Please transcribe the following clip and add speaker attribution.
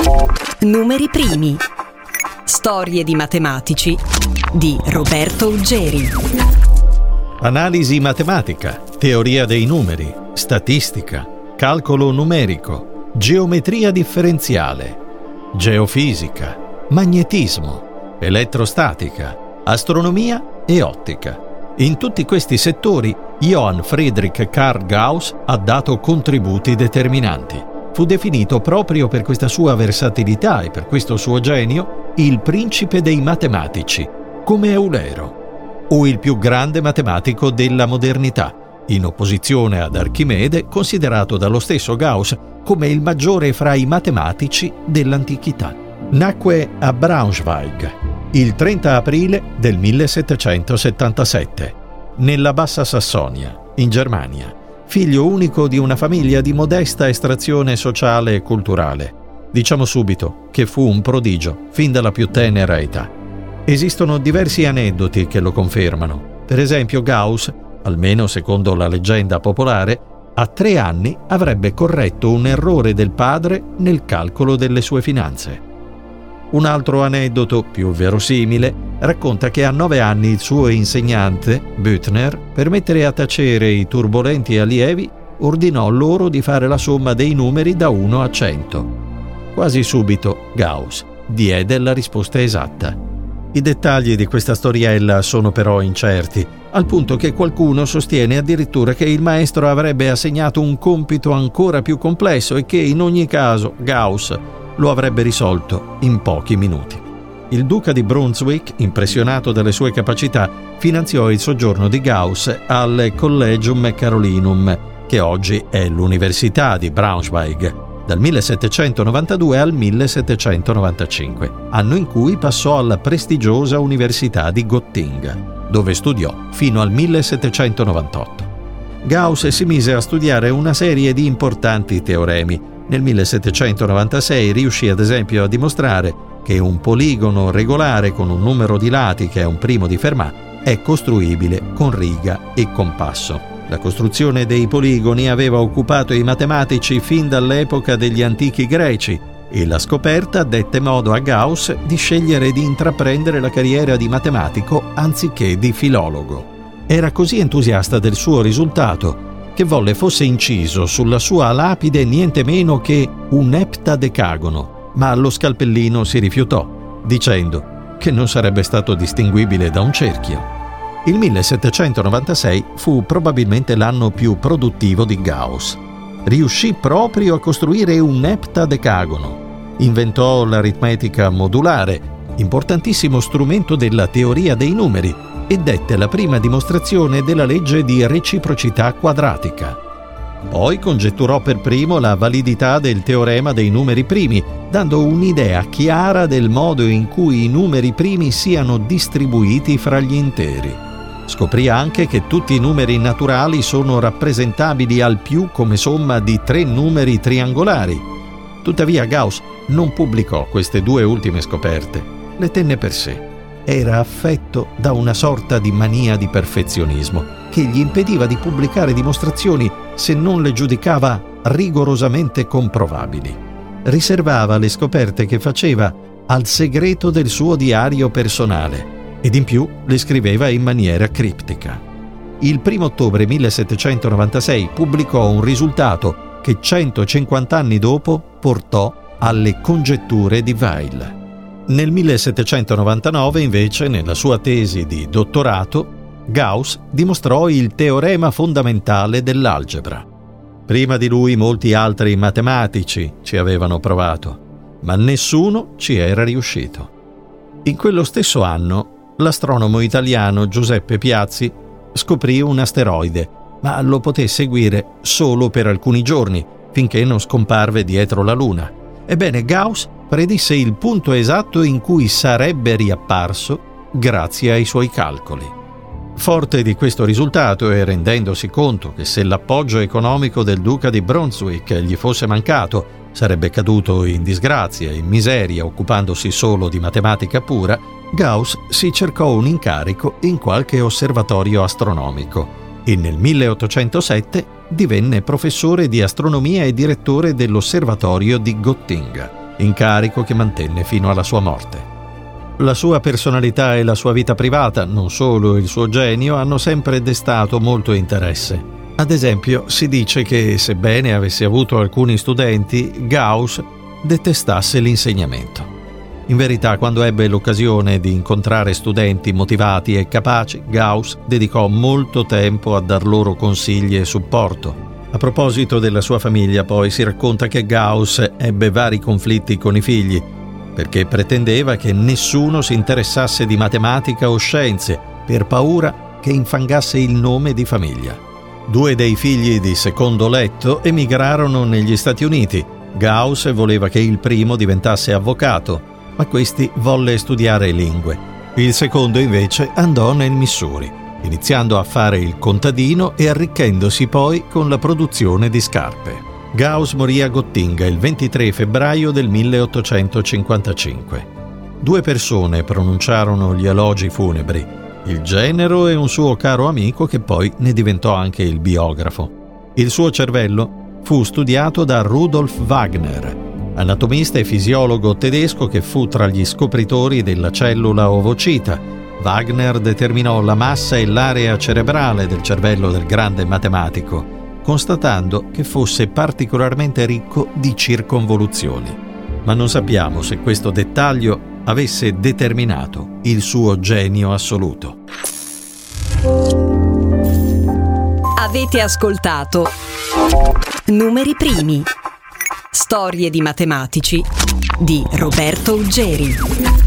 Speaker 1: Numeri primi. Storie di matematici di Roberto Uggeri.
Speaker 2: Analisi matematica, teoria dei numeri, statistica, calcolo numerico, geometria differenziale, geofisica, magnetismo, elettrostatica, astronomia e ottica. In tutti questi settori Johann Friedrich Carl Gauss ha dato contributi determinanti. Fu definito proprio per questa sua versatilità e per questo suo genio il principe dei matematici, come Eulero, o il più grande matematico della modernità, in opposizione ad Archimede, considerato dallo stesso Gauss come il maggiore fra i matematici dell'antichità. Nacque a Braunschweig il 30 aprile del 1777, nella Bassa Sassonia, in Germania, figlio unico di una famiglia di modesta estrazione sociale e culturale. Diciamo subito che fu un prodigio fin dalla più tenera età. Esistono diversi aneddoti che lo confermano. Per esempio, Gauss, almeno secondo la leggenda popolare, a 3 anni avrebbe corretto un errore del padre nel calcolo delle sue finanze. Un altro aneddoto, più verosimile, racconta che a 9 anni il suo insegnante, Büttner, per mettere a tacere i turbolenti allievi, ordinò loro di fare la somma dei numeri da 1 a 100. Quasi subito Gauss diede la risposta esatta. I dettagli di questa storiella sono però incerti, al punto che qualcuno sostiene addirittura che il maestro avrebbe assegnato un compito ancora più complesso e che in ogni caso Gauss lo avrebbe risolto in pochi minuti. Il duca di Brunswick, impressionato dalle sue capacità, finanziò il soggiorno di Gauss al Collegium Carolinum, che oggi è l'Università di Braunschweig, dal 1792 al 1795, anno in cui passò alla prestigiosa Università di Gottinga, dove studiò fino al 1798. Gauss si mise a studiare una serie di importanti teoremi. Nel 1796 riuscì ad esempio a dimostrare che un poligono regolare con un numero di lati che è un primo di Fermat è costruibile con riga e compasso. La costruzione dei poligoni aveva occupato i matematici fin dall'epoca degli antichi greci e la scoperta dette modo a Gauss di scegliere di intraprendere la carriera di matematico anziché di filologo. Era così entusiasta del suo risultato che volle fosse inciso sulla sua lapide niente meno che un eptadecagono, ma lo scalpellino si rifiutò, dicendo che non sarebbe stato distinguibile da un cerchio. Il 1796 fu probabilmente l'anno più produttivo di Gauss. Riuscì proprio a costruire un eptadecagono. Inventò l'aritmetica modulare, importantissimo strumento della teoria dei numeri, e dette la prima dimostrazione della legge di reciprocità quadratica. Poi congetturò per primo la validità del teorema dei numeri primi, dando un'idea chiara del modo in cui i numeri primi siano distribuiti fra gli interi. Scoprì anche che tutti i numeri naturali sono rappresentabili al più come somma di 3 numeri triangolari. Tuttavia Gauss non pubblicò queste 2 ultime scoperte, le tenne per sé. Era affetto da una sorta di mania di perfezionismo che gli impediva di pubblicare dimostrazioni se non le giudicava rigorosamente comprovabili. Riservava le scoperte che faceva al segreto del suo diario personale ed in più le scriveva in maniera criptica. Il 1 ottobre 1796 pubblicò un risultato che 150 anni dopo portò alle congetture di Weil. Nel 1799, invece, nella sua tesi di dottorato, Gauss dimostrò il teorema fondamentale dell'algebra. Prima di lui molti altri matematici ci avevano provato, ma nessuno ci era riuscito. In quello stesso anno, l'astronomo italiano Giuseppe Piazzi scoprì un asteroide, ma lo poté seguire solo per alcuni giorni, finché non scomparve dietro la Luna. Ebbene, Gauss predisse il punto esatto in cui sarebbe riapparso grazie ai suoi calcoli. Forte di questo risultato e rendendosi conto che se l'appoggio economico del duca di Brunswick gli fosse mancato, sarebbe caduto in disgrazia e in miseria occupandosi solo di matematica pura, Gauss si cercò un incarico in qualche osservatorio astronomico e nel 1807 divenne professore di astronomia e direttore dell'osservatorio di Gottinga. incarico che mantenne fino alla sua morte. La sua personalità e la sua vita privata, non solo il suo genio, hanno sempre destato molto interesse. Ad esempio, si dice che, sebbene avesse avuto alcuni studenti, Gauss detestasse l'insegnamento. In verità, quando ebbe l'occasione di incontrare studenti motivati e capaci, Gauss dedicò molto tempo a dar loro consigli e supporto. A proposito della sua famiglia, poi, si racconta che Gauss ebbe vari conflitti con i figli, perché pretendeva che nessuno si interessasse di matematica o scienze, per paura che infangasse il nome di famiglia. 2 dei figli di secondo letto emigrarono negli Stati Uniti. Gauss voleva che il primo diventasse avvocato, ma questi volle studiare lingue. Il secondo invece andò nel Missouri, iniziando a fare il contadino e arricchendosi poi con la produzione di scarpe. Gauss morì a Gottinga il 23 febbraio del 1855. 2 persone pronunciarono gli elogi funebri, il genero e un suo caro amico che poi ne diventò anche il biografo. Il suo cervello fu studiato da Rudolf Wagner, anatomista e fisiologo tedesco che fu tra gli scopritori della cellula ovocita. Wagner determinò la massa e l'area cerebrale del cervello del grande matematico, constatando che fosse particolarmente ricco di circonvoluzioni. Ma non sappiamo se questo dettaglio avesse determinato il suo genio assoluto.
Speaker 1: Avete ascoltato Numeri Primi. Storie di matematici di Roberto Uggeri.